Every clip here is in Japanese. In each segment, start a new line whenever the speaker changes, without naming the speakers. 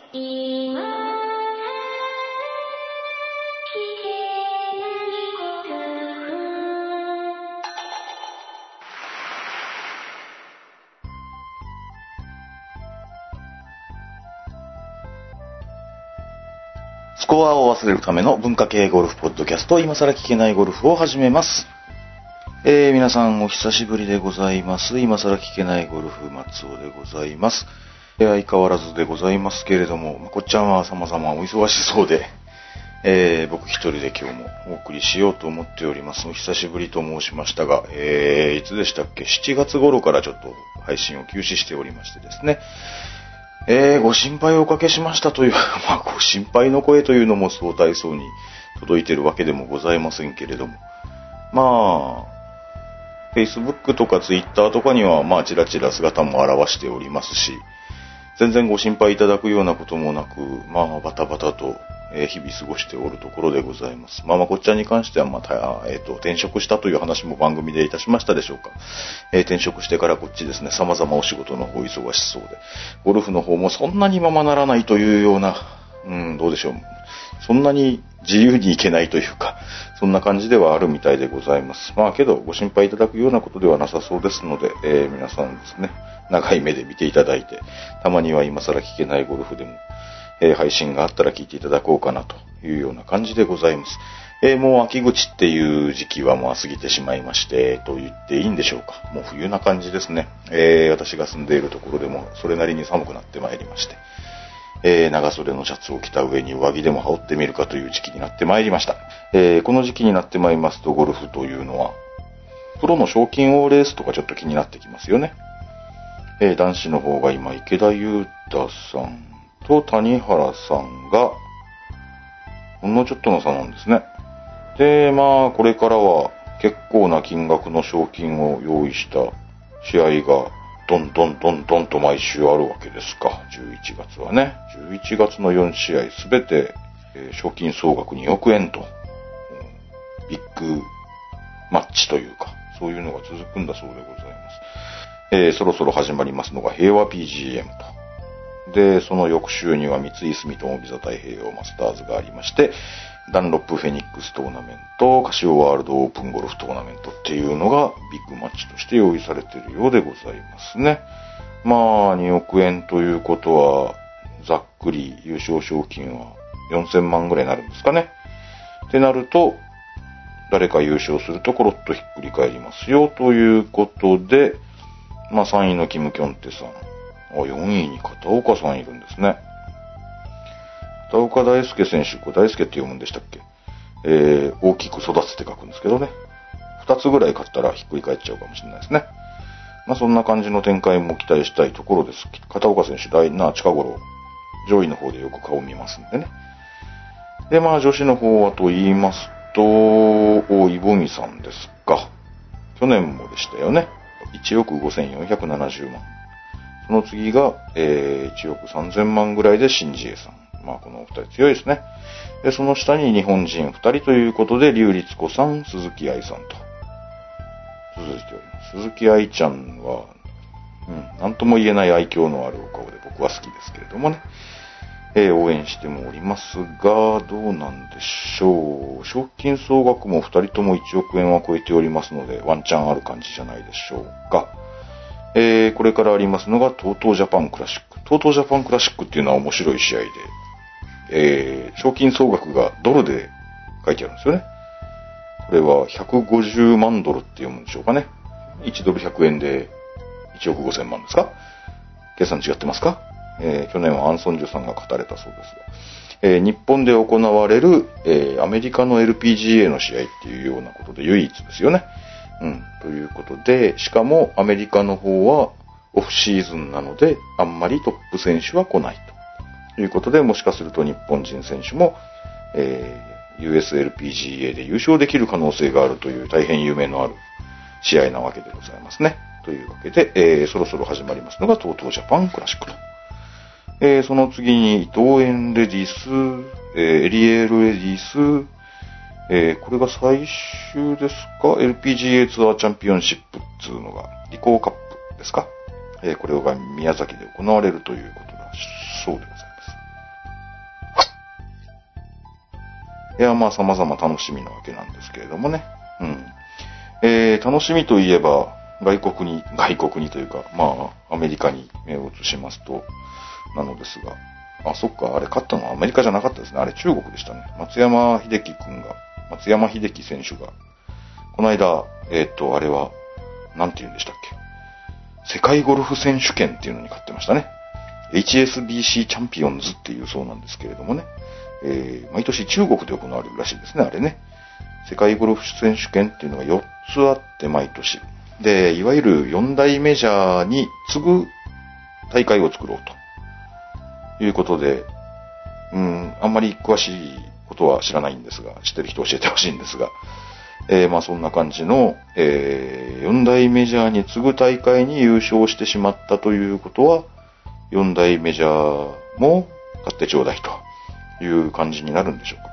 スコアを忘れるための文化系ゴルフポッドキャスト、今更聞けないゴルフを始めます。皆さんお久しぶりでございます。今更聞けないゴルフ松尾でございます。相変わらずでございますけれども、こっちゃんは様々お忙しそうで、僕一人で今日もお送りしようと思っております。お久しぶりと申しましたが、いつでしたっけ、7月頃からちょっと配信を休止しておりましてですね、ご心配をおかけしましたという、ご心配の声というのもそう大層に届いているわけでもございませんけれども、Facebook とか Twitter とかにはちらちら姿も現しておりますし、全然ご心配いただくようなこともなく、バタバタと日々過ごしておるところでございます。こっちゃんに関しては転職したという話も番組でいたしましたでしょうか。転職してからこっちですね、様々お仕事の方忙しそうで、ゴルフの方もそんなにままならないというような、どうでしょう。そんなに自由に行けないというか、そんな感じではあるみたいでございます。けどご心配いただくようなことではなさそうですので、皆さんですね、長い目で見ていただいて、たまには今更聞けないゴルフでも、配信があったら聞いていただこうかなというような感じでございます。もう秋口っていう時期は過ぎてしまいまして、と言っていいんでしょうか。もう冬な感じですね。私が住んでいるところでもそれなりに寒くなってまいりまして、長袖のシャツを着た上に上着でも羽織ってみるかという時期になってまいりました。この時期になってまいりますと、ゴルフというのは、プロの賞金王レースとかちょっと気になってきますよね。男子の方が今、池田勇太さんと谷原さんが、ほんのちょっとの差なんですね。で、これからは結構な金額の賞金を用意した試合が、どんどんと毎週あるわけですか。11月はね。11月の4試合すべて、賞金総額2億円と、ビッグマッチというか、そういうのが続くんだそうでございます。そろそろ始まりますのが平和 PGM と。で、その翌週には三井住友ビザ太平洋マスターズがありまして、ダンロップフェニックストーナメント、カシオワールドオープンゴルフトーナメントっていうのがビッグマッチとして用意されているようでございますね。2億円ということは、ざっくり優勝賞金は4000万ぐらいになるんですかね。ってなると、誰か優勝するとコロッとひっくり返りますよということで、3位のキム・キョンテさん、4位に片岡さんいるんですね。片岡大輔選手、これ大輔って読むんでしたっけ？大きく育つって書くんですけどね。2つぐらい勝ったらひっくり返っちゃうかもしれないですね。そんな感じの展開も期待したいところです。片岡選手、近頃、上位の方でよく顔見ますんでね。で、女子の方はと言いますと、イボミさんですか。去年もでしたよね。1億5470万。その次が、1億3000万ぐらいでシンジエさん。このお二人強いですね。で、その下に日本人2人ということで、笠律子さん、鈴木愛さんと続いております。鈴木愛ちゃんは、なんとも言えない愛嬌のあるお顔で僕は好きですけれどもね。応援してもおりますが、どうなんでしょう。賞金総額も2人とも1億円は超えておりますので、ワンチャンある感じじゃないでしょうか。これからありますのが TOTO ジャパンクラシック。TOTO ジャパンクラシックっていうのは面白い試合で、賞金総額がドルで書いてあるんですよね。これは150万ドルって読むんでしょうかね。1ドル100円で1億5000万ですか？計算違ってますか？去年はアンソンジュさんが語れたそうですが、日本で行われる、アメリカの LPGA の試合っていうようなことで唯一ですよね。ということで、しかもアメリカの方はオフシーズンなので、あんまりトップ選手は来ないということで、もしかすると日本人選手も、USLPGA で優勝できる可能性があるという大変夢のある試合なわけでございますね。というわけで、そろそろ始まりますのが TOTO ジャパンクラシックと。その次に伊藤園レディス、エリエールレディス、これが最終ですか？ LPGA ツアーチャンピオンシップっていうのが、リコーカップですか？これが宮崎で行われるということだそうでございます。 いや、まあ様々楽しみなわけなんですけれどもね。楽しみといえば、外国にというか、まあ、アメリカに目を移しますと、なのですが、そっか、あれ勝ったのはアメリカじゃなかったですね。あれ中国でしたね。松山英樹選手が、この間、あれは、なんて言うんでしたっけ。世界ゴルフ選手権っていうのに勝ってましたね。HSBC チャンピオンズっていうそうなんですけれどもね。毎年中国で行われるらしいですね、あれね。世界ゴルフ選手権っていうのが4つあって毎年。で、いわゆる4大メジャーに次ぐ大会を作ろうということで、あんまり詳しいことは知らないんですが、知ってる人教えてほしいんですが、まあそんな感じの、4大メジャーに次ぐ大会に優勝してしまったということは、4大メジャーも勝ってちょうだいという感じになるんでしょうか。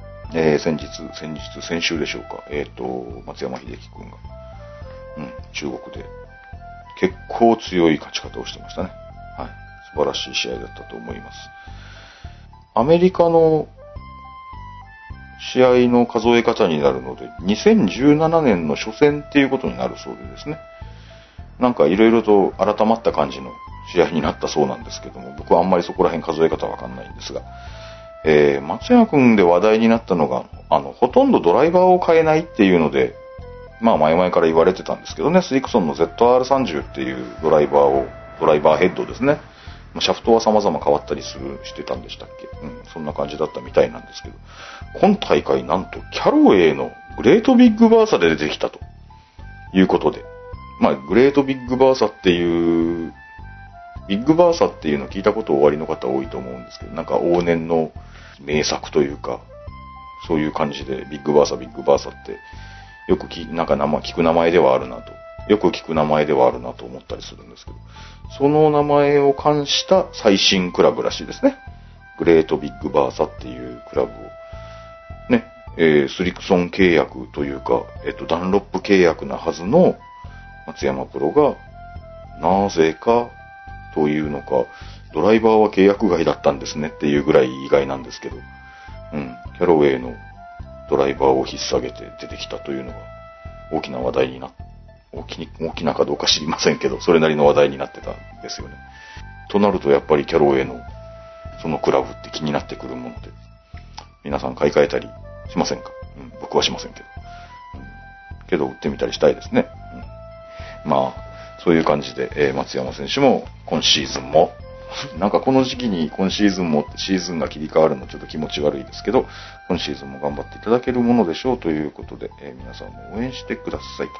先週でしょうか。松山英樹君が、中国で結構強い勝ち方をしてましたね。はい。素晴らしい試合だったと思います。アメリカの試合の数え方になるので、2017年の初戦っていうことになるそうでですね。なんかいろいろと改まった感じの試合になったそうなんですけども、僕はあんまりそこら辺数え方わかんないんですが、松山くんで話題になったのが、ほとんどドライバーを変えないっていうので、まあ前々から言われてたんですけどね、スリクソンの ZR30 っていうドライバーヘッドですね。シャフトは様々変わったりしてたんでしたっけ？そんな感じだったみたいなんですけど、今大会なんとキャロウェイのグレートビッグバーサで出てきたということで、まあグレートビッグバーサっていうの聞いたことおありの方多いと思うんですけど、なんか往年の名作というか、そういう感じでビッグバーサってよくなんか聞く名前ではあるなと思ったりするんですけど、その名前を冠した最新クラブらしいですね。グレートビッグバーサっていうクラブをね、スリクソン契約というか、ダンロップ契約なはずの松山プロがなぜかというのか、ドライバーは契約外だったんですねっていうぐらい意外なんですけど、キャロウェイのドライバーを引っ提げて出てきたというのが大きな話題になって、大きなかどうか知りませんけど、それなりの話題になってたんですよね。となるとやっぱりキャロウェイのそのクラブって気になってくるもので、皆さん買い替えたりしませんか？僕はしませんけど。けど売ってみたりしたいですね。まあ、そういう感じで、松山選手も今シーズンも、なんかこの時期に今シーズンもシーズンが切り替わるのちょっと気持ち悪いですけど、今シーズンも頑張っていただけるものでしょうということで、皆さんも応援してくださいと。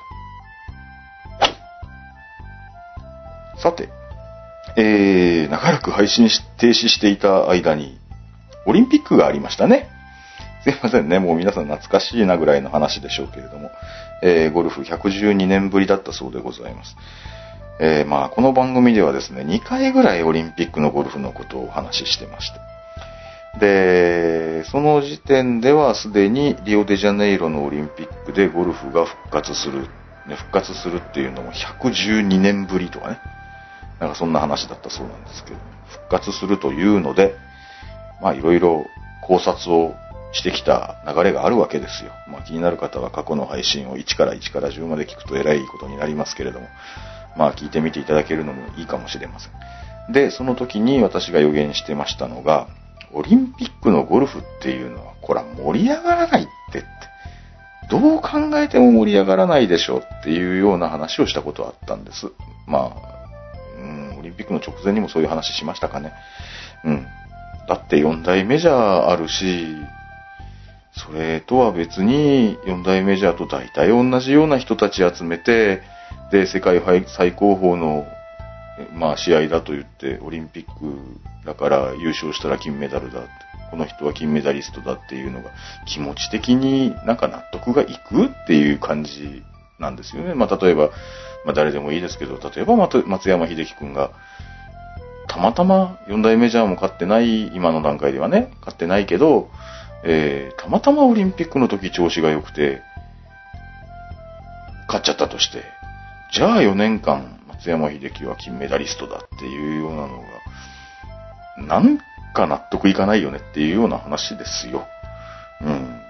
さて、長らく配信停止していた間に、オリンピックがありましたね。すいませんね、もう皆さん懐かしいなぐらいの話でしょうけれども、ゴルフ112年ぶりだったそうでございます。まあこの番組ではですね、2回ぐらいオリンピックのゴルフのことをお話ししてまして。で、その時点ではすでにリオデジャネイロのオリンピックでゴルフが復活するっていうのも112年ぶりとかね。なんかそんな話だったそうなんですけど、復活するというので、まあいろいろ考察をしてきた流れがあるわけですよ。まあ気になる方は過去の配信を1から10まで聞くと偉いことになりますけれども、まあ聞いてみていただけるのもいいかもしれません。で、その時に私が予言してましたのが、オリンピックのゴルフっていうのは、これは盛り上がらないってどう考えても盛り上がらないでしょっていうような話をしたことはあったんです。まあ、オリンピックの直前にもそういう話しましたかね。だって4大メジャーあるし、それとは別に4大メジャーと大体同じような人たち集めて、で、世界最高峰の、まあ試合だと言って、オリンピックだから優勝したら金メダルだって、この人は金メダリストだっていうのが気持ち的になんか納得がいくっていう感じなんですよね。まあ例えば、まあ誰でもいいですけど、例えば松山英樹くんが、たまたま4大メジャーも勝ってない、今の段階ではね、勝ってないけど、たまたまオリンピックの時調子が良くて、勝っちゃったとして、じゃあ4年間松山英樹は金メダリストだっていうようなのが、なんか納得いかないよねっていうような話ですよ。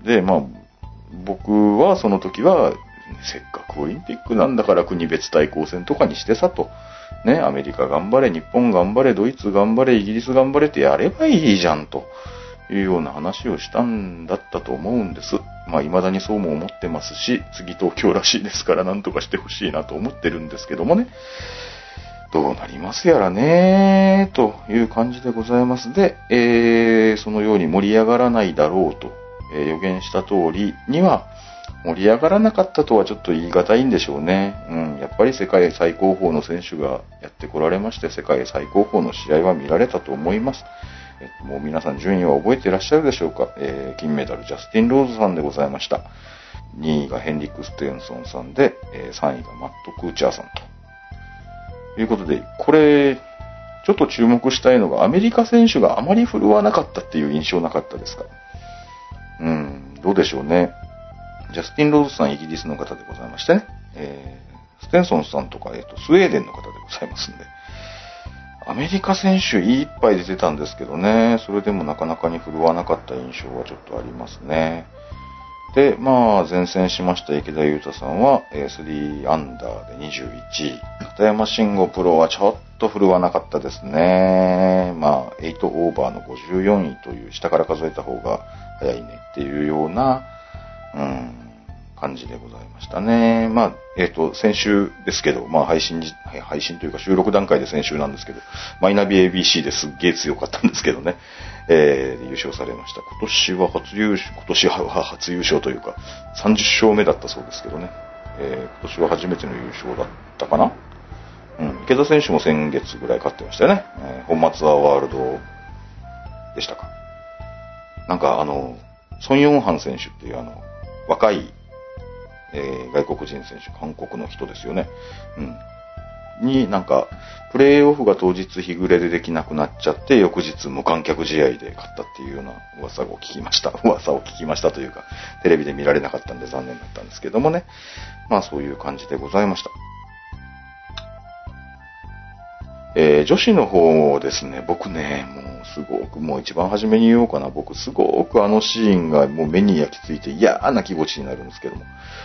で、僕はその時は、せっかくオリンピックなんだから国別対抗戦とかにしてさと、ね、アメリカ頑張れ、日本頑張れ、ドイツ頑張れ、イギリス頑張れってやればいいじゃんというような話をしたんだったと思うんです。未だにそうも思ってますし、次東京らしいですからなんとかしてほしいなと思ってるんですけどもね。どうなりますやらねという感じでございます。で、そのように盛り上がらないだろうと、予言した通りには盛り上がらなかったとはちょっと言い難いんでしょうね。やっぱり世界最高峰の選手がやってこられまして、世界最高峰の試合は見られたと思います。もう皆さん順位は覚えていらっしゃるでしょうか。金メダルジャスティン・ローズさんでございました。2位がヘンリック・ステンソンさんで、3位がマット・クーチャーさんということで、これちょっと注目したいのがアメリカ選手があまり振るわなかったっていう印象なかったですか。どうでしょうね。ジャスティン・ローズさんイギリスの方でございましてね、ステンソンさんとか、スウェーデンの方でございますんで、アメリカ選手いっぱい出てたんですけどね、それでもなかなかに振るわなかった印象はちょっとありますね。で、前線しました池田勇太さんは、3アンダーで21位。片山慎吾プロはちょっと振るわなかったですね。8オーバーの54位という下から数えた方が早いねっていうような、感じでございましたね。先週ですけど、配信というか収録段階で先週なんですけど、マイナビ ABC ですっげえ強かったんですけどね、優勝されました。今年は初優勝というか、30勝目だったそうですけどね、今年は初めての優勝だったかな。池田選手も先月ぐらい勝ってましたよね。本松ワールドでしたか。ソン・ヨンハン選手っていう若い外国人選手、韓国の人ですよね。にプレーオフが当日日暮れでできなくなっちゃって、翌日無観客試合で勝ったっていうような噂を聞きましたというか、テレビで見られなかったんで残念だったんですけどもね。そういう感じでございました。女子の方ですね、僕ね、もう一番初めに言おうかな。僕すごくあのシーンがもう目に焼き付いて嫌な気持ちになるんですけども。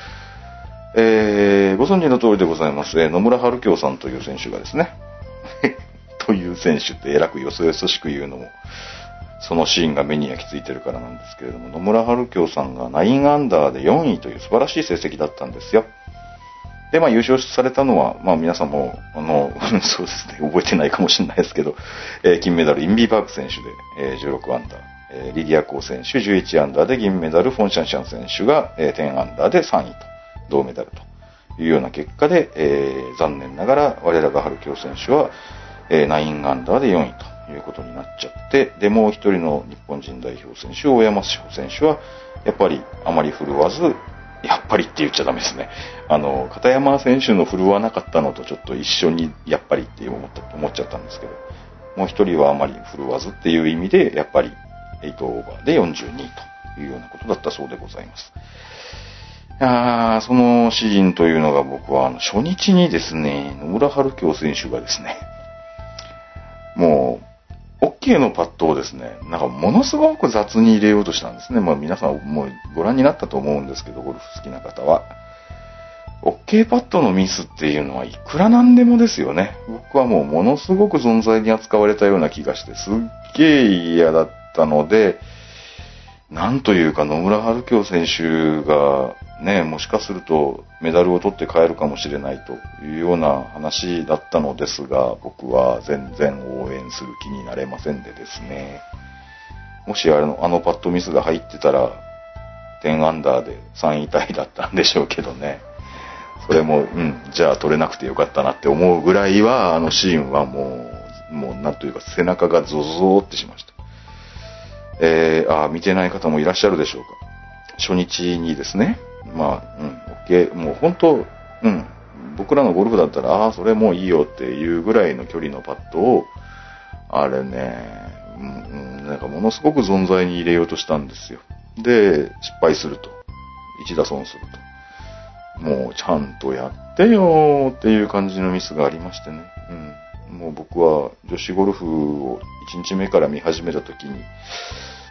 ご存知の通りでございます。野村春京さんという選手がですね、という選手ってえらくよそよそしく言うのも、そのシーンが目に焼き付いてるからなんですけれども、野村春京さんが9アンダーで4位という素晴らしい成績だったんですよ。で、優勝されたのは、皆さんも、そうですね、覚えてないかもしれないですけど、金メダル、インビーバーグ選手で、16アンダー、リディアコー選手、11アンダーで銀メダル、フォン・シャンシャン選手が、10アンダーで3位と、銅メダルというような結果で、残念ながら、我らが春京選手は、9アンダーで4位ということになっちゃって、で、もう一人の日本人代表選手、大山志保選手は、やっぱりあまり振るわず、やっぱりって言っちゃダメですね。片山選手の振るわなかったのとちょっと一緒にやっぱりって思っちゃったんですけど、もう一人はあまり振るわずっていう意味で、やっぱり8オーバーで42位というようなことだったそうでございます。そのシーンというのが僕は初日にですね、野村春京選手がですね、もう、OK のパットをですね、ものすごく雑に入れようとしたんですね。皆さんもうご覧になったと思うんですけど、ゴルフ好きな方は。OK パットのミスっていうのはいくらなんでもですよね。僕はもうものすごく存在に扱われたような気がして、すっげー嫌だったので、なんというか野村春京選手がね、もしかするとメダルを取って帰るかもしれないというような話だったのですが、僕は全然応援する気になれませんでですね。もしあのパットミスが入ってたら、10アンダーで3位タイだったんでしょうけどね。それも、じゃあ取れなくてよかったなって思うぐらいは、あのシーンはもうなんというか背中がゾゾーってしました。見てない方もいらっしゃるでしょうか。初日にですね、OK、もう本当、僕らのゴルフだったら、それもういいよっていうぐらいの距離のパットを、あれね、ものすごく存在に入れようとしたんですよ。で、失敗すると。1打損すると。もうちゃんとやってよーっていう感じのミスがありましてね。もう僕は女子ゴルフを1日目から見始めた時に、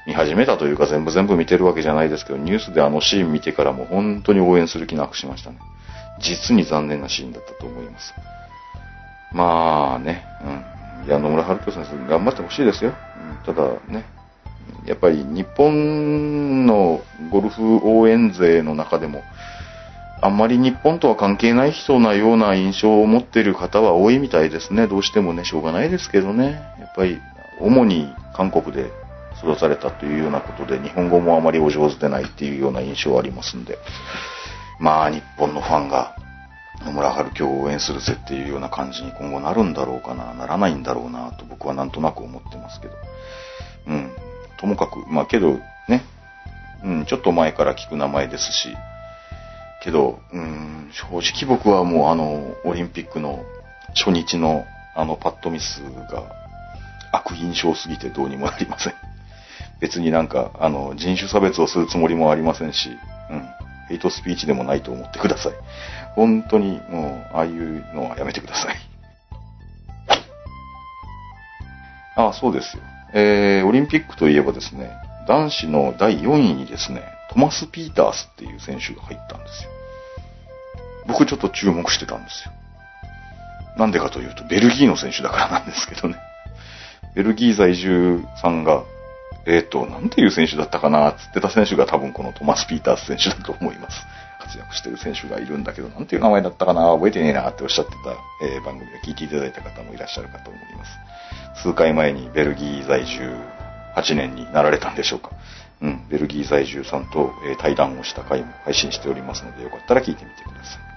見始めたというか全部見てるわけじゃないですけど、ニュースであのシーン見てからも本当に応援する気なくしましたね。実に残念なシーンだったと思います。まあね、いや、野村春樹先生頑張ってほしいですよ。ただね、やっぱり日本のゴルフ応援勢の中でも、あんまり日本とは関係ない人なような印象を持っている方は多いみたいですね。どうしてもね、しょうがないですけどね。やっぱり、主に韓国で育たれたというようなことで、日本語もあまりお上手でないっていうような印象はありますんで、まあ、日本のファンが野村春樹を応援するぜっていうような感じに今後なるんだろうかな、ならないんだろうなと僕はなんとなく思ってますけど。ともかく、まあけどね、ちょっと前から聞く名前ですし、けど、正直僕はもうオリンピックの初日のパッドミスが悪印象すぎてどうにもなりません。別になんか、人種差別をするつもりもありませんし、ヘイトスピーチでもないと思ってください。本当にもう、ああいうのはやめてください。そうですよ。オリンピックといえばですね、男子の第4位にですね、トマス・ピータースっていう選手が入ったんですよ。僕ちょっと注目してたんですよ。なんでかというと、ベルギーの選手だからなんですけどね。ベルギー在住さんが、なんていう選手だったかなつってた選手が多分このトマス・ピータース選手だと思います。活躍してる選手がいるんだけど、なんていう名前だったかな覚えてねえなっておっしゃってた、番組を聞いていただいた方もいらっしゃるかと思います。数回前にベルギー在住8年になられたんでしょうか。ベルギー在住さんと、対談をした回も配信しておりますので、よかったら聞いてみてください。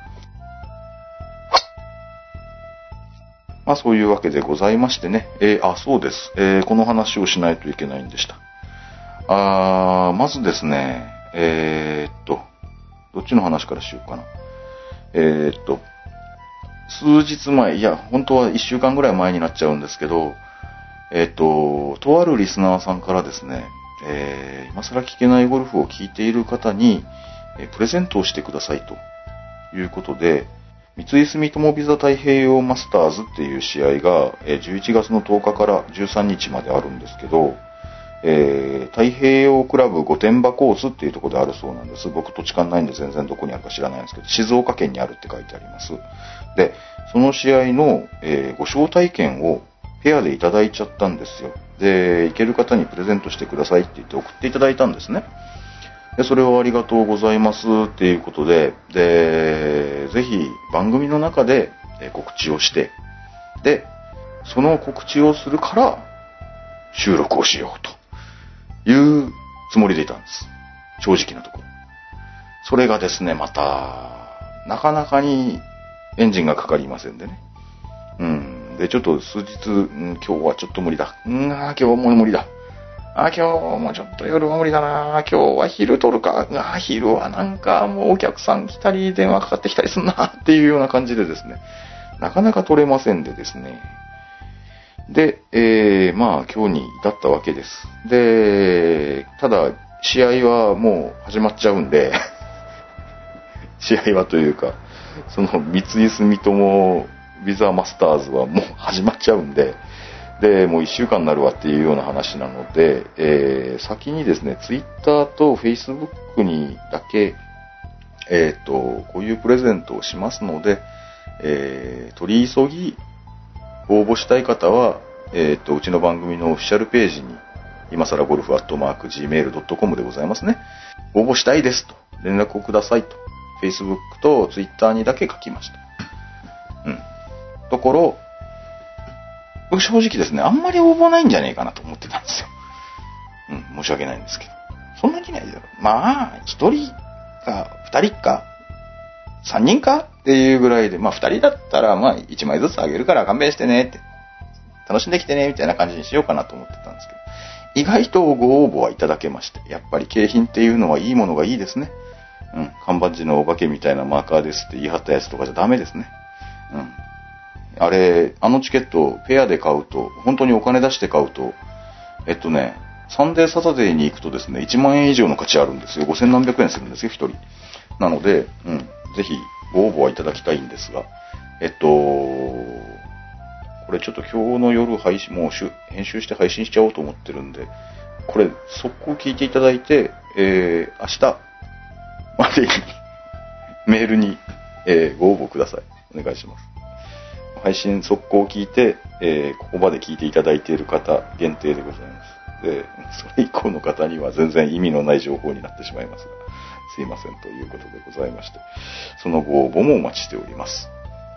まあそういうわけでございましてね。そうです。この話をしないといけないんでした。まずですね、どっちの話からしようかな。数日前、いや、本当は1週間ぐらい前になっちゃうんですけど、とあるリスナーさんからですね、今更聞けないゴルフを聞いている方に、プレゼントをしてくださいということで、三井住友ビザ太平洋マスターズっていう試合が、11月の10日から13日まであるんですけど、太平洋クラブ御殿場コースっていうところであるそうなんです。僕土地勘ないんで全然どこにあるか知らないんですけど、静岡県にあるって書いてあります。で、その試合の、ご招待券をペアでいただいちゃったんですよ。で、行ける方にプレゼントしてくださいって言って送っていただいたんですね。で、それをありがとうございますっていうことで、ぜひ番組の中で告知をして、で、その告知をするから収録をしようというつもりでいたんです。正直なところ。それがですね、また、なかなかにエンジンがかかりませんでね。で、ちょっと数日、今日はちょっと無理だ。今日も無理だ。今日もちょっと夜は無理だな。今日は昼撮るか。昼はなんかもうお客さん来たり電話かかってきたりすんなっていうような感じでですね。なかなか撮れませんでですね。で、まあ今日に至ったわけです。で、ただ試合はもう始まっちゃうんで、試合はというか、その三井住友ビザマスターズはもう始まっちゃうんで、で、もう1週間になるわっていうような話なので、先にですね、ツイッターとフェイスブックにだけ、こういうプレゼントをしますので、取り急ぎ応募したい方は、うちの番組のオフィシャルページに、今更ゴルフ@gmail.com でございますね。応募したいですと連絡をくださいと、Facebook と Twitter にだけ書きました。ところ、僕正直ですね、あんまり応募ないんじゃねえかなと思ってたんですよ。申し訳ないんですけど。そんなにないだろう。まあ、1人か2人か3人かっていうぐらいで、まあ2人だったらまあ1枚ずつあげるから勘弁してねって、楽しんできてねみたいな感じにしようかなと思ってたんですけど、意外とご応募はいただけまして、やっぱり景品っていうのはいいものがいいですね。缶バッジのお化けみたいなマーカーですって言い張ったやつとかじゃダメですね。あれ、チケットペアで買うと、本当にお金出して買うと、サンデーサタデーに行くとですね、1万円以上の価値あるんですよ。5000何百円するんですよ、1人。なので、ぜひご応募はいただきたいんですが、これちょっと今日の夜配信、もう編集して配信しちゃおうと思ってるんで、 これ、速攻聞いていただいて、明日までにメールに、ご応募ください。お願いします。配信速攻聞いて、ここまで聞いていただいている方限定でございます。で、それ以降の方には全然意味のない情報になってしまいますが、すいませんということでございまして、そのご応募もお待ちしております。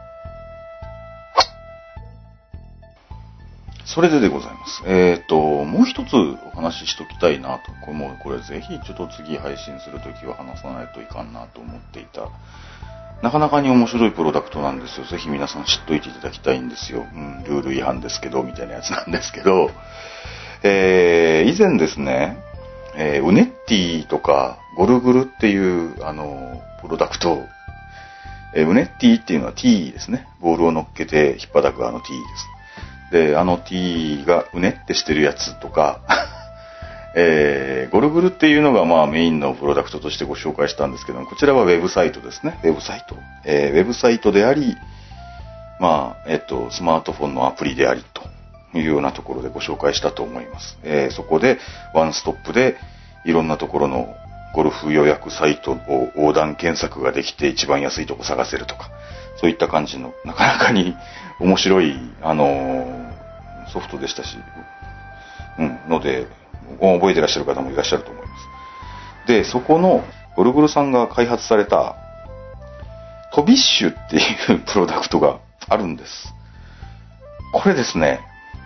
それででございます。もう一つお話ししときたいなと。これぜひちょっと次配信するときは話さないといかんなと思っていた。なかなかに面白いプロダクトなんですよ。ぜひ皆さん知っといていただきたいんですよ。ルール違反ですけど、みたいなやつなんですけど、以前ですね、ウネッティとかゴルグルっていうプロダクト、ウネッティっていうのは T ですね。ボールを乗っけて引っ張たくT です。で、T がうねってしてるやつとか、ゴルグルっていうのがメインのプロダクトとしてご紹介したんですけども、こちらはウェブサイトですね。ウェブサイト。ウェブサイトであり、スマートフォンのアプリでありというようなところでご紹介したと思います。そこでワンストップでいろんなところのゴルフ予約サイトを横断検索ができて一番安いとこ探せるとか、そういった感じのなかなかに面白いソフトでしたし、ので覚えていらっしゃる方もいらっしゃると思います。で、そこのゴルグルさんが開発されたトビッシュっていうプロダクトがあるんです。これですね、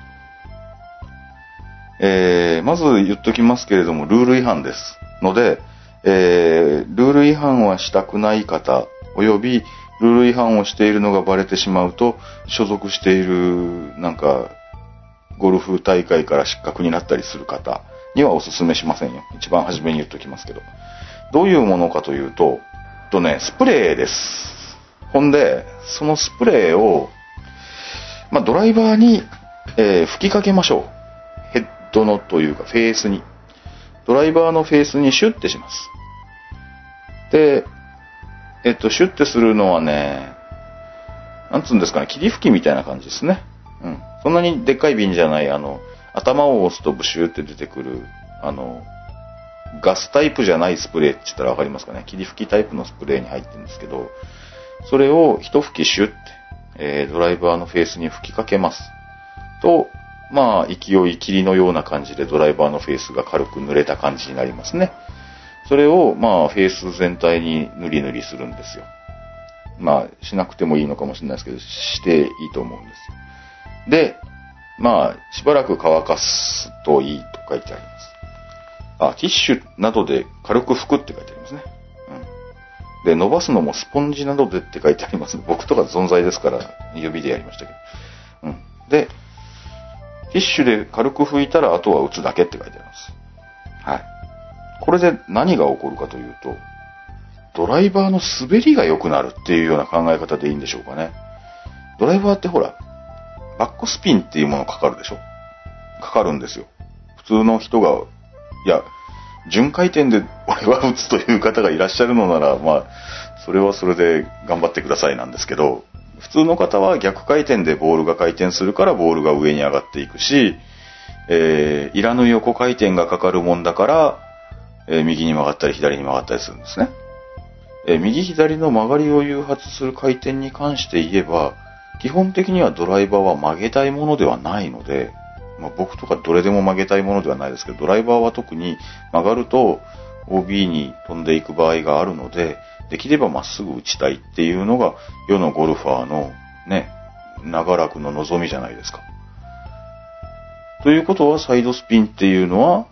まず言っときますけれども、ルール違反ですので、ルール違反はしたくない方およびルール違反をしているのがバレてしまうと所属しているゴルフ大会から失格になったりする方にはお勧めしませんよ。一番初めに言っときますけど、どういうものかというと、スプレーです。ほんでそのスプレーをドライバーに、吹きかけましょう。ヘッドのというかフェースに、ドライバーのフェースにシュッてします。で、シュッてするのはね、なんつうんですかね、霧吹きみたいな感じですね。そんなにでっかい瓶じゃない、頭を押すとブシューって出てくる、ガスタイプじゃないスプレーって言ったらわかりますかね。霧吹きタイプのスプレーに入ってるんですけど、それを一吹きシュッて、ドライバーのフェースに吹きかけます。と、勢い霧のような感じでドライバーのフェースが軽く濡れた感じになりますね。それを、フェース全体に塗り塗りするんですよ。しなくてもいいのかもしれないですけど、していいと思うんですよ。で、しばらく乾かすといいと書いてあります。ティッシュなどで軽く拭くって書いてありますね。で、伸ばすのもスポンジなどでって書いてあります。僕とか存在ですから指でやりましたけど。で、ティッシュで軽く拭いたらあとは打つだけって書いてあります。はい。これで何が起こるかというと、ドライバーの滑りが良くなるっていうような考え方でいいんでしょうかね。ドライバーってほら、バックスピンっていうものかかるでしょ。かかるんですよ。普通の人が、順回転で俺は打つという方がいらっしゃるのなら、それはそれで頑張ってくださいなんですけど、普通の方は逆回転でボールが回転するからボールが上に上がっていくし、いらぬ横回転がかかるもんだから、右に曲がったり左に曲がったりするんですね。右左の曲がりを誘発する回転に関して言えば、基本的にはドライバーは曲げたいものではないので、僕とかどれでも曲げたいものではないですけど、ドライバーは特に曲がると OB に飛んでいく場合があるので、できればまっすぐ打ちたいっていうのが世のゴルファーのね、長らくの望みじゃないですか。ということはサイドスピンっていうのは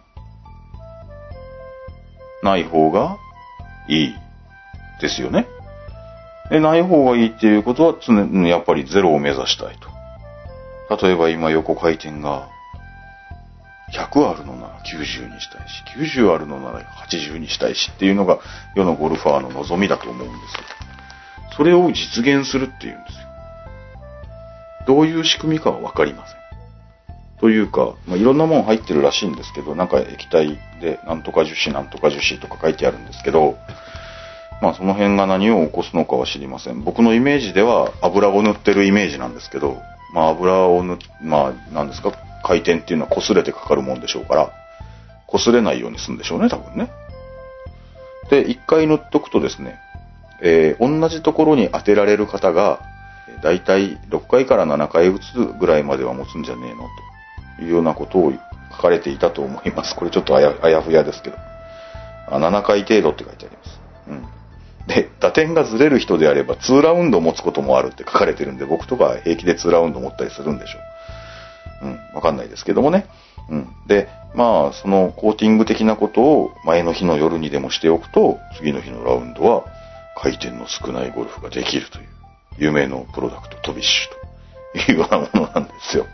ない方がいいですよね。で、ない方がいいっていうことはやっぱりゼロを目指したいと。例えば今横回転が100あるのなら90にしたいし、90あるのなら80にしたいしっていうのが世のゴルファーの望みだと思うんですよ。それを実現するっていうんですよ。どういう仕組みかはわかりません。というか、いろんなもん入ってるらしいんですけど、液体でなんとか樹脂なんとか樹脂とか書いてあるんですけど、その辺が何を起こすのかは知りません。僕のイメージでは油を塗ってるイメージなんですけど、油をなんですか、回転っていうのは擦れてかかるもんでしょうから、 擦れないようにするんでしょうね、多分ね。で、1回塗っとくとですね、同じところに当てられる方が、だいたい6回から7回打つぐらいまでは持つんじゃねえのというようなことを書かれていたと思います。これちょっとあやふやですけど。7回程度って書いてあります。うん。で、打点がずれる人であれば2ラウンド持つこともあるって書かれてるんで、僕とか平気で2ラウンド持ったりするんでしょう。うん、わかんないですけどもね。うん。で、まあ、そのコーティング的なことを前の日の夜にでもしておくと、次の日のラウンドは回転の少ないゴルフができるという、夢のプロダクトトビッシュというようなものなんですよ。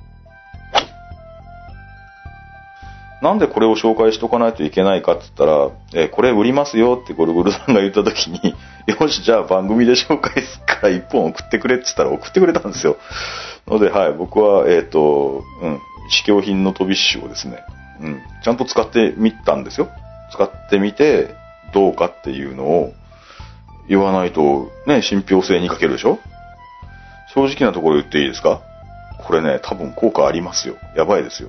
なんでこれを紹介しとかないといけないかって言ったら、これ売りますよってゴルゴルさんが言った時に、よし、じゃあ番組で紹介するから1本送ってくれって言ったら送ってくれたんですよ。ので、はい、僕は、試供品のトビッシュをですね、ちゃんと使ってみたんですよ。使ってみて、どうかっていうのを言わないと、ね、信憑性に欠けるでしょ？正直なところ言っていいですか？これね、多分効果ありますよ。やばいですよ。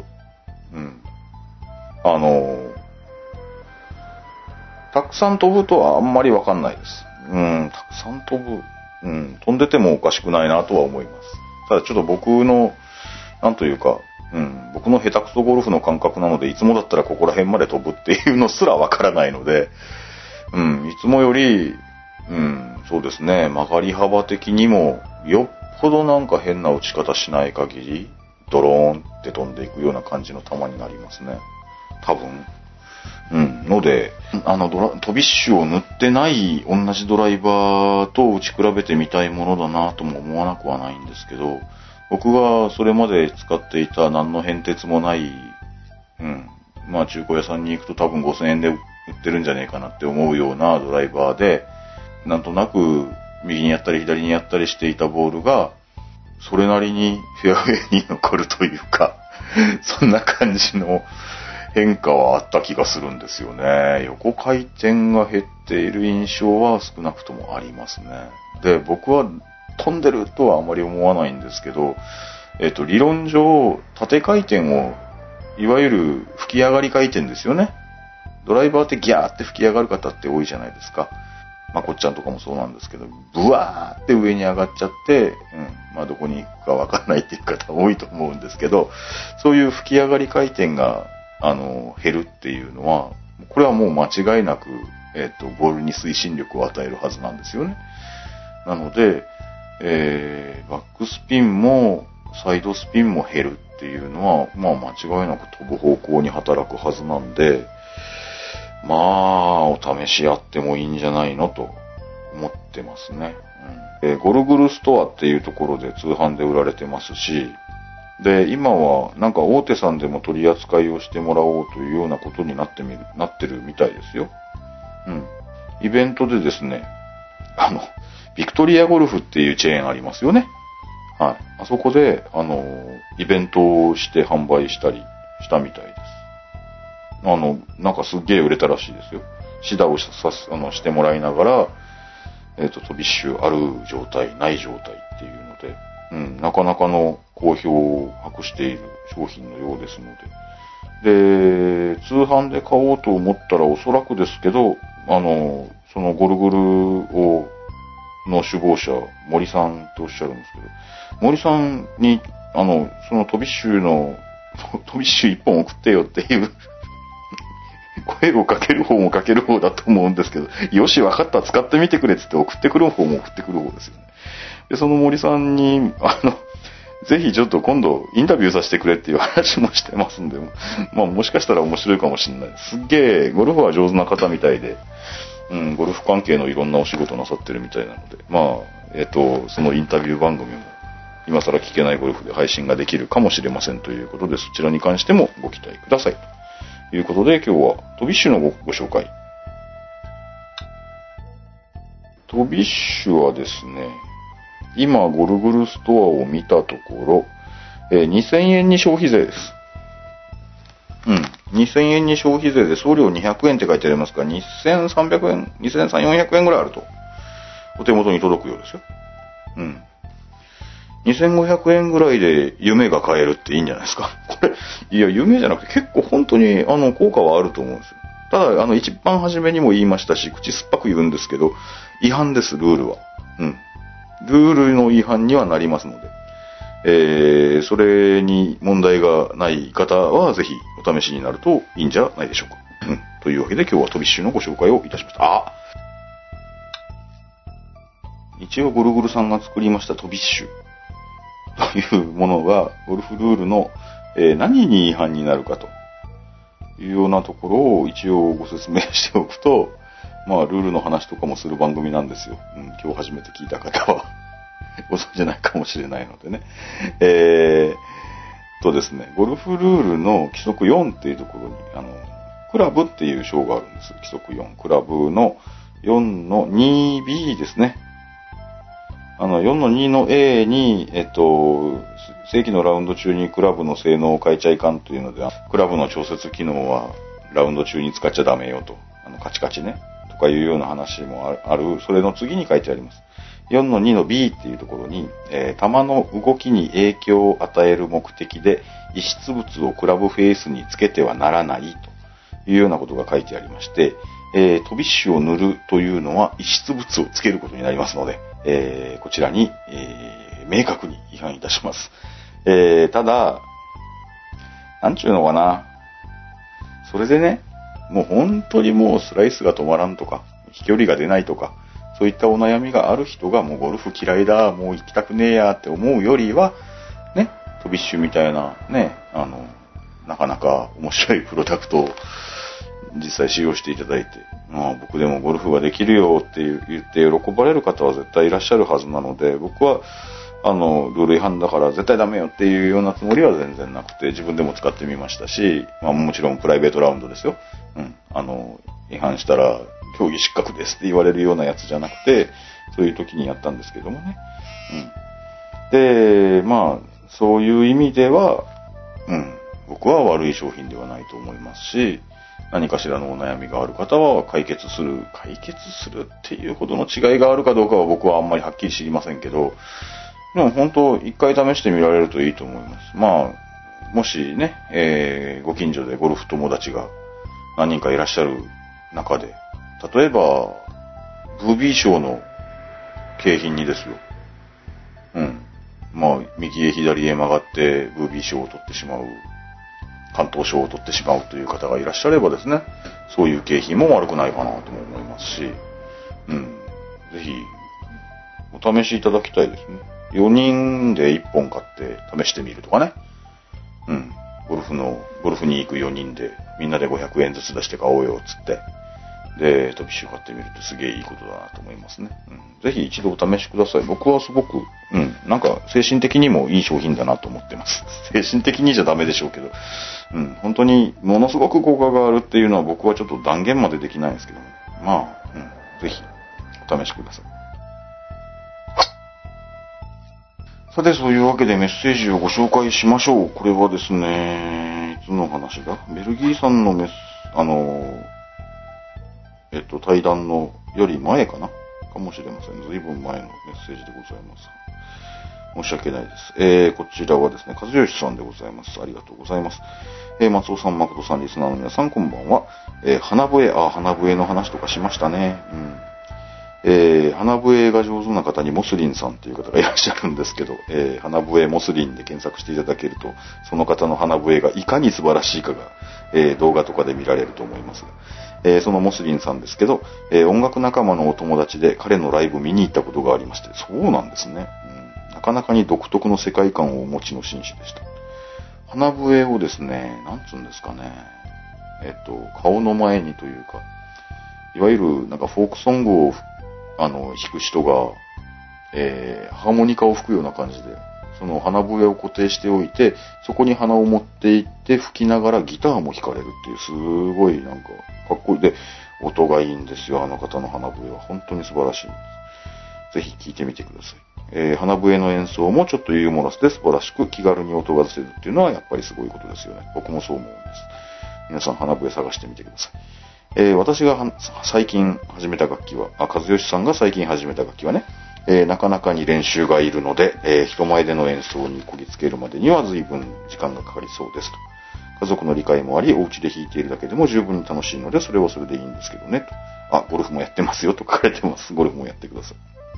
たくさん飛ぶとはあんまりわかんないです。たくさん飛ぶ。飛んでてもおかしくないなとは思います。ただちょっと僕の、なんというか、僕の下手くそゴルフの感覚なので、いつもだったらここら辺まで飛ぶっていうのすらわからないので、いつもより、そうですね、曲がり幅的にも、よっぽどなんか変な打ち方しない限り、ドローンって飛んでいくような感じの球になりますね。多分。ので、トビッシュを塗ってない同じドライバーと打ち比べてみたいものだなとも思わなくはないんですけど、僕がそれまで使っていた何の変哲もない、まあ中古屋さんに行くと多分5000円で売ってるんじゃねえかなって思うようなドライバーで、なんとなく右にやったり左にやったりしていたボールが、それなりにフェアウェイに残るというか、そんな感じの変化はあった気がするんですよね。横回転が減っている印象は少なくともありますね。で、僕は飛んでるとはあまり思わないんですけど、理論上、縦回転を、いわゆる吹き上がり回転ですよね。ドライバーってギャーって吹き上がる方って多いじゃないですか。まあ、こっちゃんとかもそうなんですけど、ブワーって上に上がっちゃって、まあ、どこに行くかわかんないっていう方多いと思うんですけど、そういう吹き上がり回転が、減るっていうのは、これはもう間違いなく、ボールに推進力を与えるはずなんですよね。なので、バックスピンもサイドスピンも減るっていうのは、まあ間違いなく飛ぶ方向に働くはずなんで、まあお試しやってもいいんじゃないのと思ってますね。ゴルグルストアっていうところで通販で売られてますし、で、今はなんか大手さんでも取り扱いをしてもらおうというようなことになってるみたいですよ。イベントでですね、ビクトリアゴルフっていうチェーンありますよね。はい。あそこで、イベントをして販売したりしたみたいです。なんかすっげえ売れたらしいですよ。シダをしてもらいながら、トビッシュある状態、ない状態っていうので、なかなかの好評を博している商品のようですので。で、通販で買おうと思ったらおそらくですけど、そのゴルゴルの首謀者、森さんとおっしゃるんですけど、森さんに、そのトビッシュ一本送ってよっていう声をかける方もかける方だと思うんですけど、よし、わかった、使ってみてくれって言って送ってくる方も送ってくる方ですよね。で、その森さんに、ぜひちょっと今度インタビューさせてくれっていう話もしてますんで、まあもしかしたら面白いかもしれない。すっげえ、ゴルフは上手な方みたいで、ゴルフ関係のいろんなお仕事なさってるみたいなので、まあ、そのインタビュー番組も今更聞けないゴルフで配信ができるかもしれませんということで、そちらに関してもご期待ください。ということで、今日はトビッシュのご紹介。トビッシュはですね、今ゴルグルストアを見たところ、2000円に消費税です。2000円に消費税で送料200円って書いてありますから、2300円、2300、400円ぐらいあると、お手元に届くようですよ。 2500円ぐらいで夢が買えるっていいんじゃないですか。これ、いや、夢じゃなくて結構本当に効果はあると思うんですよ。ただ、一番初めにも言いましたし、口酸っぱく言うんですけど、違反です、ルールは。うん。ルールの違反にはなりますので、それに問題がない方は、ぜひお試しになるといいんじゃないでしょうか。うん。というわけで今日は飛びッシュのご紹介をいたしました。一応ゴルゴルさんが作りました飛びッシュというものが、ゴルフルールの、何に違反になるかというようなところを一応ご説明しておくと、まあ、ルールの話とかもする番組なんですよ。うん、今日初めて聞いた方はご存じないかもしれないのでね。ですね、ゴルフルールの規則4っていうところに、クラブっていう章があるんです。規則4。クラブの4の 2B ですね。4の2の A に、正規のラウンド中にクラブの性能を変えちゃいかんというので、クラブの調節機能はラウンド中に使っちゃダメよと。カチカチね。とかいうような話もある。それの次に書いてあります。4の2の B っていうところに、球の動きに影響を与える目的で、遺失物をクラブフェースにつけてはならないというようなことが書いてありまして、飛びッシュを塗るというのは遺失物をつけることになりますので、こちらに、明確に違反いたします。ただ、なんちゅうのかな。それでね、もう本当にもうスライスが止まらんとか、飛距離が出ないとか、そういったお悩みがある人がもうゴルフ嫌いだ、もう行きたくねえやって思うよりは、ね、飛びッシュみたいなね、なかなか面白いプロダクトを実際使用していただいて、まあ僕でもゴルフができるよって言って喜ばれる方は絶対いらっしゃるはずなので、僕はルール違反だから絶対ダメよっていうようなつもりは全然なくて、自分でも使ってみましたし、まあもちろんプライベートラウンドですよ。うん。違反したら競技失格ですって言われるようなやつじゃなくて、そういう時にやったんですけどもね。うん。で、まあ、そういう意味では、うん。僕は悪い商品ではないと思いますし、何かしらのお悩みがある方は解決するっていうほどの違いがあるかどうかは僕はあんまりはっきり知りませんけど、でも本当一回試してみられるといいと思います。まあ、もしね、ご近所でゴルフ友達が何人かいらっしゃる中で、例えば、ブービー賞の景品にですよ。うん。まあ、右へ左へ曲がってブービー賞を取ってしまう。関東賞を取ってしまうという方がいらっしゃればですね、そういう景品も悪くないかなとも思いますし、うん。ぜひ、お試しいただきたいですね。4人で1本買って試してみるとかね。うん。ゴルフに行く4人でみんなで500円ずつ出して買おうよ、つって。で、飛びッシュ買ってみるとすげえいいことだなと思いますね。うん。ぜひ一度お試しください。僕はすごく、うん。なんか精神的にもいい商品だなと思ってます。精神的にじゃダメでしょうけど。うん。本当にものすごく効果があるっていうのは僕はちょっと断言までできないんですけどね。まあ、うん。ぜひお試しください。さて、そういうわけでメッセージをご紹介しましょう。これはですね、いつの話だ？ベルギーさんの対談のより前かもしれません。随分前のメッセージでございます。申し訳ないです。こちらはですね、和義さんでございます。ありがとうございます。松尾さん、誠さん、リスナーの皆さん、こんばんは。花笛の話とかしましたね。うん。花笛が上手な方にモスリンさんという方がいらっしゃるんですけど、花笛モスリンで検索していただけると、その方の花笛がいかに素晴らしいかが、動画とかで見られると思いますが、そのモスリンさんですけど、音楽仲間のお友達で彼のライブ見に行ったことがありまして、そうなんですね。うん、なかなかに独特の世界観をお持ちの紳士でした。花笛をですね、なんつうんですかね、顔の前にというか、いわゆるなんかフォークソングを弾く人が、ハーモニカを吹くような感じで、その鼻笛を固定しておいて、そこに鼻を持っていって吹きながらギターも弾かれるっていう、すごいなんかかっこいい。で、音がいいんですよ、あの方の鼻笛は。本当に素晴らしいんです。ぜひ聴いてみてください。鼻笛の演奏もちょっとユーモラスで素晴らしく気軽に音が出せるっていうのはやっぱりすごいことですよね。僕もそう思うんです。皆さん鼻笛探してみてください。私が最近始めた楽器は、和義さんが最近始めた楽器はね、 なかなかに練習がいるので、人前での演奏にこぎつけるまでには随分時間がかかりそうですと。家族の理解もあり、お家で弾いているだけでも十分に楽しいので、それはそれでいいんですけどね。と。ゴルフもやってますよと書かれてます。ゴルフもやってくださ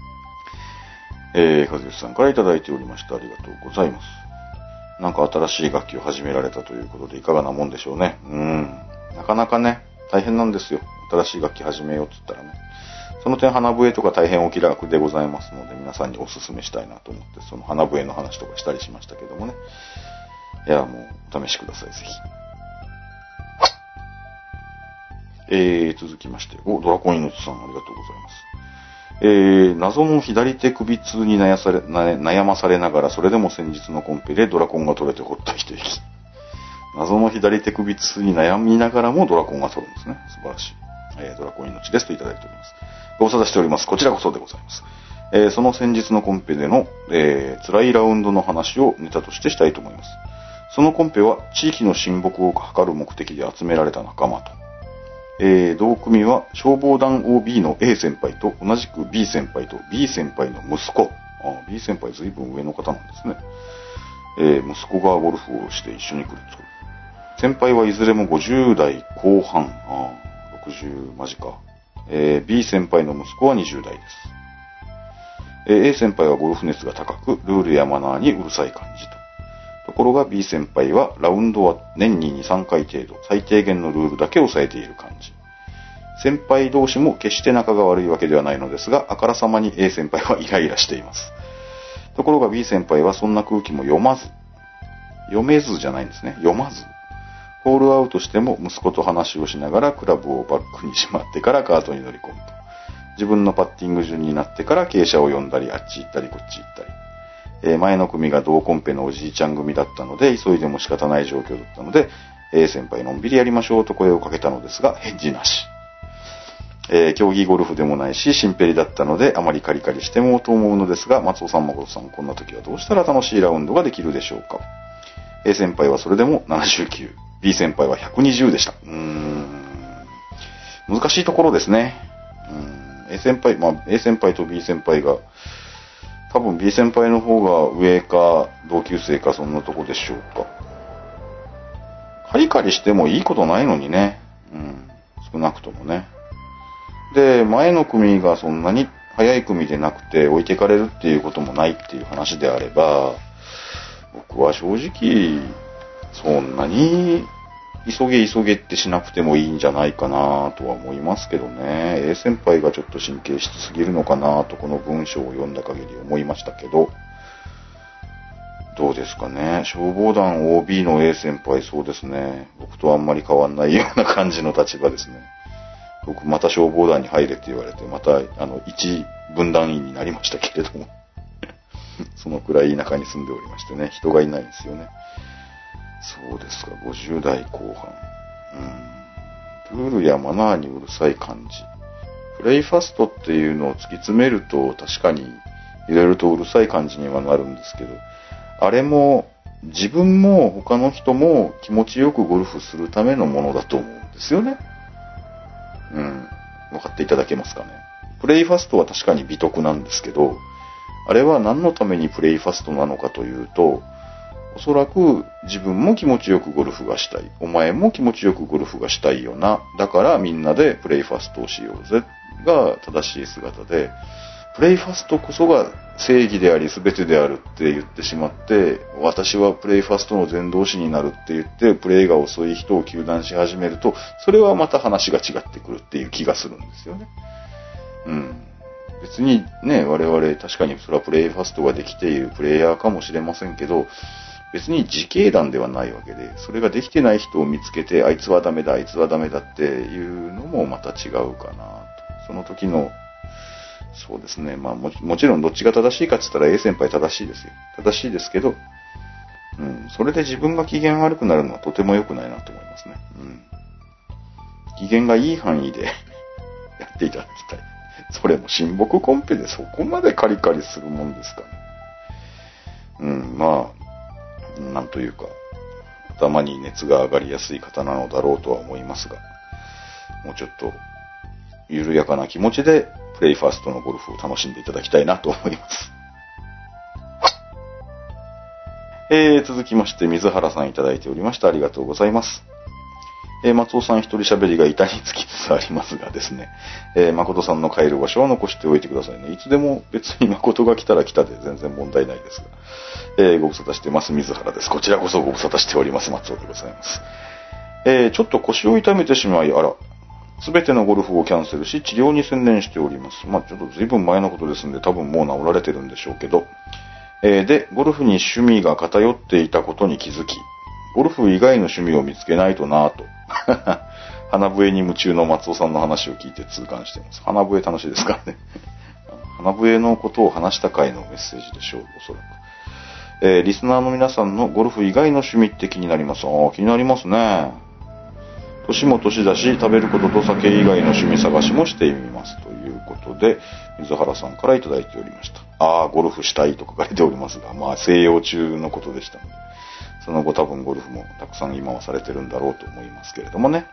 い。和義さんからいただいておりました。ありがとうございます。なんか新しい楽器を始められたということでいかがなもんでしょうね。なかなかね、大変なんですよ。新しい楽器始めようって言ったらね。その点花笛とか大変お気楽でございますので、皆さんにお勧めしたいなと思って、その花笛の話とかしたりしましたけどもね。いや、もうお試しください、ぜひ。続きまして、ドラコン命さんありがとうございます。謎の左手首痛に悩まされながら、それでも先日のコンペでドラコンが取れてほっと一息。謎の左手首痛に悩みながらもドラコンが取るんですね。素晴らしい。ドラコン命ですといただいております。ご無沙汰しております。こちらこそでございます。その先日のコンペでの、辛いラウンドの話をネタとしてしたいと思います。そのコンペは地域の親睦を図る目的で集められた仲間と、同組は消防団 OB の A 先輩と同じく B 先輩と B 先輩の息子。B 先輩ずいぶん上の方なんですね。息子がゴルフをして一緒に来ると。先輩はいずれも50代後半。60間近。B 先輩の息子は20代です。A 先輩はゴルフ熱が高く、ルールやマナーにうるさい感じと。ところが B 先輩はラウンドは年に2、3回程度、最低限のルールだけ抑えている感じ。先輩同士も決して仲が悪いわけではないのですが、あからさまに A 先輩はイライラしています。ところが B 先輩はそんな空気も読めずじゃないんですね。読まず。ホールアウトしても息子と話をしながらクラブをバッグにしまってからカートに乗り込むと。自分のパッティング順になってから傾斜を読んだり、あっち行ったりこっち行ったり。前の組が同コンペのおじいちゃん組だったので、急いでも仕方ない状況だったので、先輩のんびりやりましょうと声をかけたのですが、返事なし。競技ゴルフでもないし、シンペリだったので、あまりカリカリしてもと思うのですが、松尾さん、誠さん、こんな時はどうしたら楽しいラウンドができるでしょうか。A 先輩はそれでも79、B 先輩は120でした。難しいところですね。A 先輩と B 先輩が、多分 B 先輩の方が上か同級生かそんなとこでしょうか。カリカリしてもいいことないのにね。少なくともね。で、前の組がそんなに早い組でなくて置いてかれるっていうこともないっていう話であれば、僕は正直そんなに急げってしなくてもいいんじゃないかなとは思いますけどね。A 先輩がちょっと神経質すぎるのかなとこの文章を読んだ限り思いましたけど、どうですかね。消防団 OB の A 先輩、そうですね。僕とあんまり変わんないような感じの立場ですね。僕また消防団に入れって言われて、また一分団員になりましたけれどもそのくらい田舎に住んでおりましてね、人がいないんですよね。そうですか、50代後半。ルールやマナーにうるさい感じ。プレイファストっていうのを突き詰めると確かにいろいろとうるさい感じにはなるんですけど、あれも自分も他の人も気持ちよくゴルフするためのものだと思うんですよね。分かっていただけますかね。プレイファストは確かに美徳なんですけど、あれは何のためにプレイファストなのかというと、おそらく自分も気持ちよくゴルフがしたい。お前も気持ちよくゴルフがしたいよな。だからみんなでプレイファストをしようぜ。が正しい姿で、プレイファストこそが正義であり全てであるって言ってしまって、私はプレイファストの伝道師になるって言って、プレイが遅い人を糾弾し始めると、それはまた話が違ってくるっていう気がするんですよね。別にね、我々確かにそれはプレイファストができているプレイヤーかもしれませんけど、別に自警団ではないわけで、それができてない人を見つけて、あいつはダメだ、あいつはダメだっていうのもまた違うかなと。その時の、そうですね、もちろんどっちが正しいかって言ったら A 先輩正しいですよ。正しいですけど、それで自分が機嫌悪くなるのはとても良くないなと思いますね。機嫌がいい範囲でやっていただきたい。それも親睦コンペでそこまでカリカリするもんですかね。なんというか、頭に熱が上がりやすい方なのだろうとは思いますが、もうちょっと緩やかな気持ちでプレイファーストのゴルフを楽しんでいただきたいなと思います。続きまして、水原さんいただいておりました。ありがとうございます。松尾さん一人喋りが板につきつつありますがですね、誠さんの帰る場所は残しておいてくださいね。いつでも別に誠が来たら来たで全然問題ないですが、ご無沙汰してます水原です。こちらこそご無沙汰しております松尾でございます。ちょっと腰を痛めてしまい、すべてのゴルフをキャンセルし治療に専念しております。ちょっと随分前のことですんで多分もう治られてるんでしょうけど、で、ゴルフに趣味が偏っていたことに気づき、ゴルフ以外の趣味を見つけないとなぁと。花笛に夢中の松尾さんの話を聞いて痛感しています。花笛楽しいですからね。花笛のことを話した回のメッセージでしょう、おそらく。リスナーの皆さんのゴルフ以外の趣味って気になります。気になりますね。年も年だし、食べることと酒以外の趣味探しもしてみます。ということで、水原さんからいただいておりました。ゴルフしたいと書かれておりますが、静養中のことでしたので、その後多分ゴルフもたくさん今はされてるんだろうと思いますけれどもね。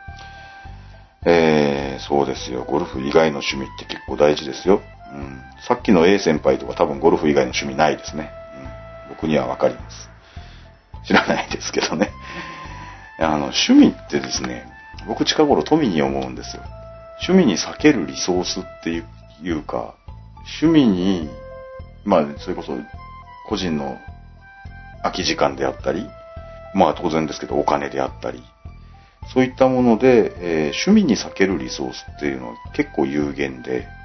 そうですよ。ゴルフ以外の趣味って結構大事ですよ。さっきの A 先輩とか多分ゴルフ以外の趣味ないですね。僕にはわかります。知らないですけどね。趣味ってですね、僕近頃富に思うんですよ。趣味に避けるリソースっていうか、趣味に、それこそ個人の空き時間であったり、当然ですけどお金であったり、そういったもので、趣味に避けるリソースっていうのは結構有限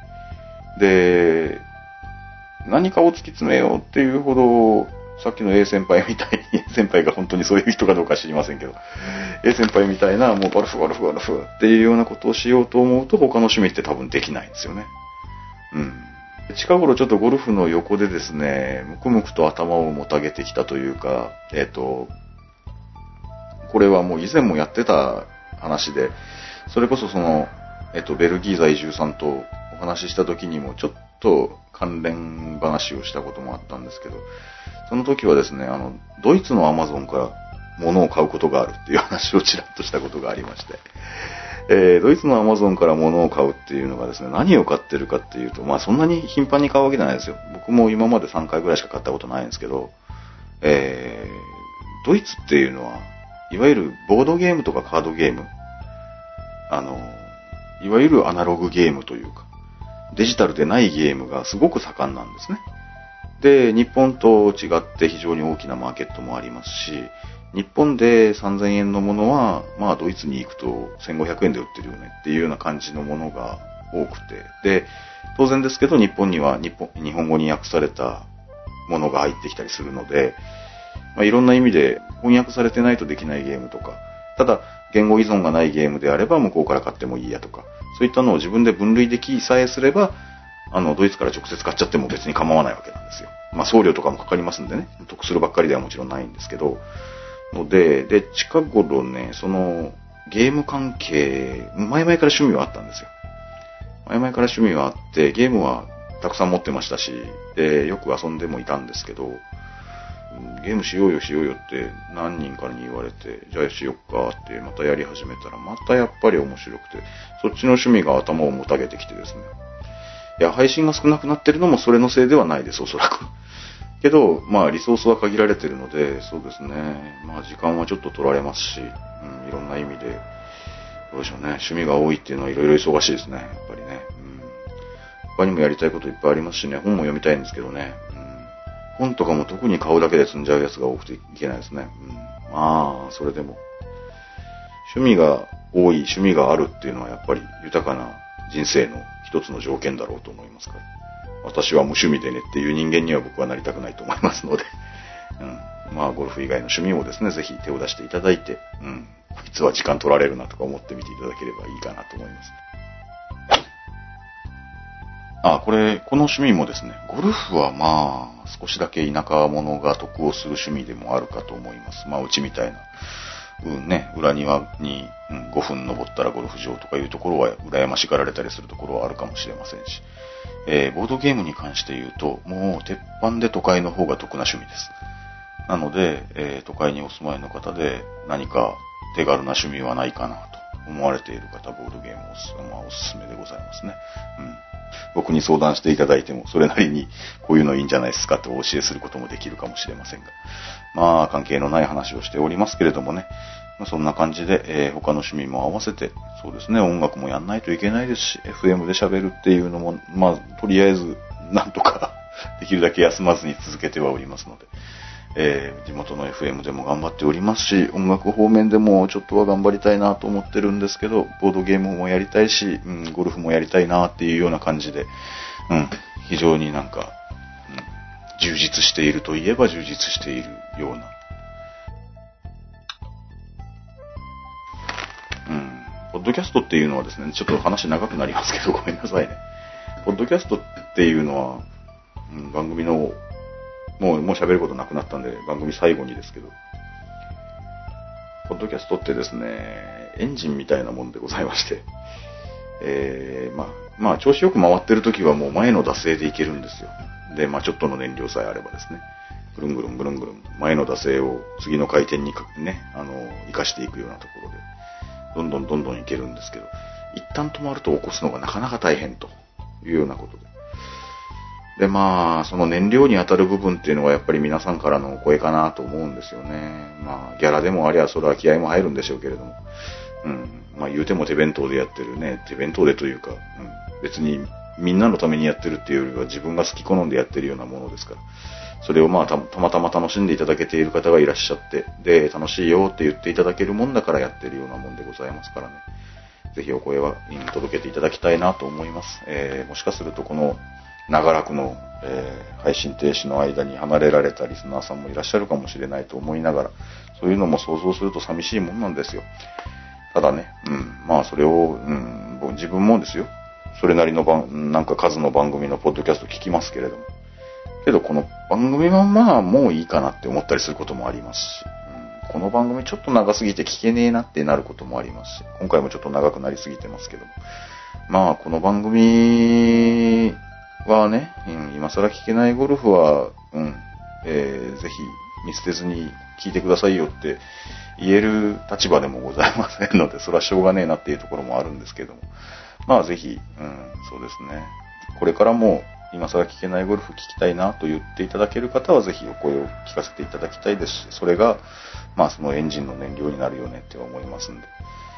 で、何かを突き詰めようっていうほど、さっきの A 先輩みたいに、A 先輩が本当にそういう人かどうか知りませんけど、A 先輩みたいな、もうゴルフっていうようなことをしようと思うと、他の趣味って多分できないんですよね。近頃ちょっとゴルフの横でですね、むくむくと頭をもたげてきたというか、これはもう以前もやってた話で、それこそベルギー在住さんとお話しした時にもちょっと関連話をしたこともあったんですけど、その時はですね、ドイツのアマゾンから物を買うことがあるっていう話をちらっとしたことがありまして、ドイツのアマゾンから物を買うっていうのがですね、何を買ってるかっていうと、そんなに頻繁に買うわけじゃないですよ。僕も今まで3回ぐらいしか買ったことないんですけど、ドイツっていうのは、いわゆるボードゲームとかカードゲーム、いわゆるアナログゲームというか、デジタルでないゲームがすごく盛んなんですね。で、日本と違って非常に大きなマーケットもありますし、日本で3000円のものは、ドイツに行くと1500円で売ってるよねっていうような感じのものが多くて、で、当然ですけど日本には日本語に訳されたものが入ってきたりするので、いろんな意味で翻訳されてないとできないゲームとか、ただ言語依存がないゲームであれば向こうから買ってもいいやとか、そういったのを自分で分類できさえすれば、ドイツから直接買っちゃっても別に構わないわけなんですよ。送料とかもかかりますんでね、得するばっかりではもちろんないんですけど、で、近頃ね、ゲーム関係、前々から趣味はあったんですよ。前々から趣味はあって、ゲームはたくさん持ってましたし、で、よく遊んでもいたんですけど、ゲームしようよって何人かに言われて、じゃあしよっかってまたやり始めたら、またやっぱり面白くて、そっちの趣味が頭をもたげてきてですね。いや、配信が少なくなってるのもそれのせいではないです、おそらく。けど、リソースは限られてるので、そうですね。時間はちょっと取られますし、いろんな意味で、どうでしょうね。趣味が多いっていうのはいろいろ忙しいですね、やっぱりね。他にもやりたいこといっぱいありますしね、本も読みたいんですけどね。本とかも特に買うだけで積んじゃうやつが多くていけないですね。それでも。趣味が多い、趣味があるっていうのはやっぱり豊かな人生の一つの条件だろうと思いますから。私は無趣味でねっていう人間には僕はなりたくないと思いますので。ゴルフ以外の趣味もですね、ぜひ手を出していただいて、こいつは時間取られるなとか思ってみていただければいいかなと思います。この趣味もですね、ゴルフは少しだけ田舎者が得をする趣味でもあるかと思います。うちみたいな、裏庭に、5分登ったらゴルフ場とかいうところは羨ましがられたりするところはあるかもしれませんし、ボードゲームに関して言うと、もう鉄板で都会の方が得な趣味です。なので、都会にお住まいの方で何か手軽な趣味はないかなと思われている方、ボードゲームおすすめでございますね。 僕に相談していただいても、それなりにこういうのいいんじゃないですかとお教えすることもできるかもしれませんが、まあ関係のない話をしておりますけれどもね、そんな感じで、他の趣味も合わせて、そうですね、音楽もやんないといけないですし、FM で喋るっていうのも、まあとりあえずなんとかできるだけ休まずに続けてはおりますので、地元の FM でも頑張っておりますし、音楽方面でもちょっとは頑張りたいなと思ってるんですけど、ボードゲームもやりたいし、ゴルフもやりたいなっていうような感じで、非常になんか、充実しているといえば充実しているような、ポッドキャストっていうのはですね、ちょっと話長くなりますけどごめんなさいね。ポッドキャストっていうのは、番組のもう喋ることなくなったんで、番組最後にですけど、ポッドキャストってですね、エンジンみたいなもんでございまして、まあ、調子よく回ってる時はもう前の惰性でいけるんですよ。で、まあ、ちょっとの燃料さえあればですね、ぐるんぐるんぐるんぐるん、前の惰性を次の回転にね、活かしていくようなところで、どんどんいけるんですけど、一旦止まると起こすのがなかなか大変というようなことで。で、まあ、その燃料に当たる部分っていうのはやっぱり皆さんからのお声かなと思うんですよね。まあ、ギャラでもありゃ、それは気合も入るんでしょうけれども。まあ言うても手弁当でやってるね。手弁当でというか、別にみんなのためにやってるっていうよりは自分が好き好んでやってるようなものですから。それをまあたまたま楽しんでいただけている方がいらっしゃって、で、楽しいよって言っていただけるもんだからやってるようなもんでございますからね。ぜひお声は届けていただきたいなと思います。もしかするとこの長らくの、配信停止の間に離れられたリスナーさんもいらっしゃるかもしれないと思いながら、そういうのも想像すると寂しいもんなんですよ。ただね、まあそれを、自分もですよ、それなりのなんか数の番組のポッドキャスト聞きますけれども、けどこの番組はまあもういいかなって思ったりすることもありますし、この番組ちょっと長すぎて聞けねえなってなることもありますし、今回もちょっと長くなりすぎてますけども、まあこの番組はね、今更聞けないゴルフは、ぜひ見捨てずに聞いてくださいよって言える立場でもございませんので、それはしょうがねえなっていうところもあるんですけども、まあぜひ、そうですね、これからも今更聞けないゴルフ聞きたいなと言っていただける方はぜひお声を聞かせていただきたいですし、それがまあそのエンジンの燃料になるよねって思いますんで、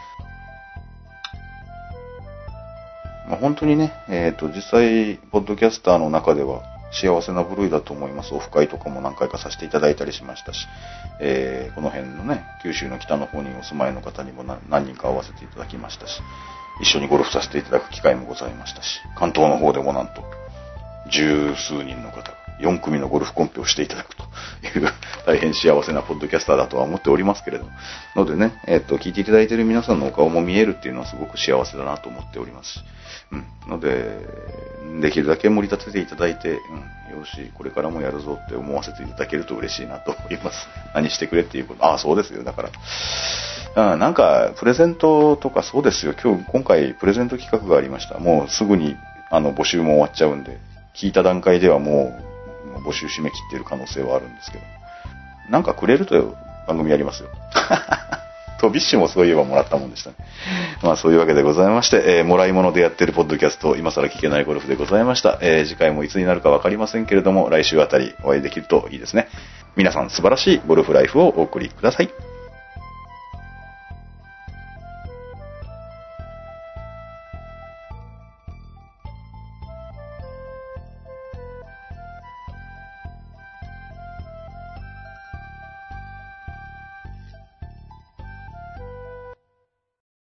まあ、本当にね、実際ポッドキャスターの中では幸せな部類だと思います。オフ会とかも何回かさせていただいたりしましたし、この辺のね、九州の北の方にお住まいの方にも何人か会わせていただきましたし、一緒にゴルフさせていただく機会もございましたし、関東の方でもなんと十数人の方が4組のゴルフコンペをしていただくという大変幸せなポッドキャスターだとは思っておりますけれども、のでね、聞いていただいている皆さんのお顔も見えるっていうのはすごく幸せだなと思っておりますし、のでできるだけ盛り立てていただいて、よしこれからもやるぞって思わせていただけると嬉しいなと思います。何してくれっていうこと、そうですよ。だからなんかプレゼントとか、そうですよ、今回プレゼント企画がありました。もうすぐに募集も終わっちゃうんで、聞いた段階ではもう募集締め切っている可能性はあるんですけど、なんかくれると番組やりますよ。とビッシュもそういえばもらったもんでしたね。まあそういうわけでございまして、もらい物でやってるポッドキャスト、今更聞けないゴルフでございました。次回もいつになるかわかりませんけれども、来週あたりお会いできるといいですね。皆さん素晴らしいゴルフライフをお送りください。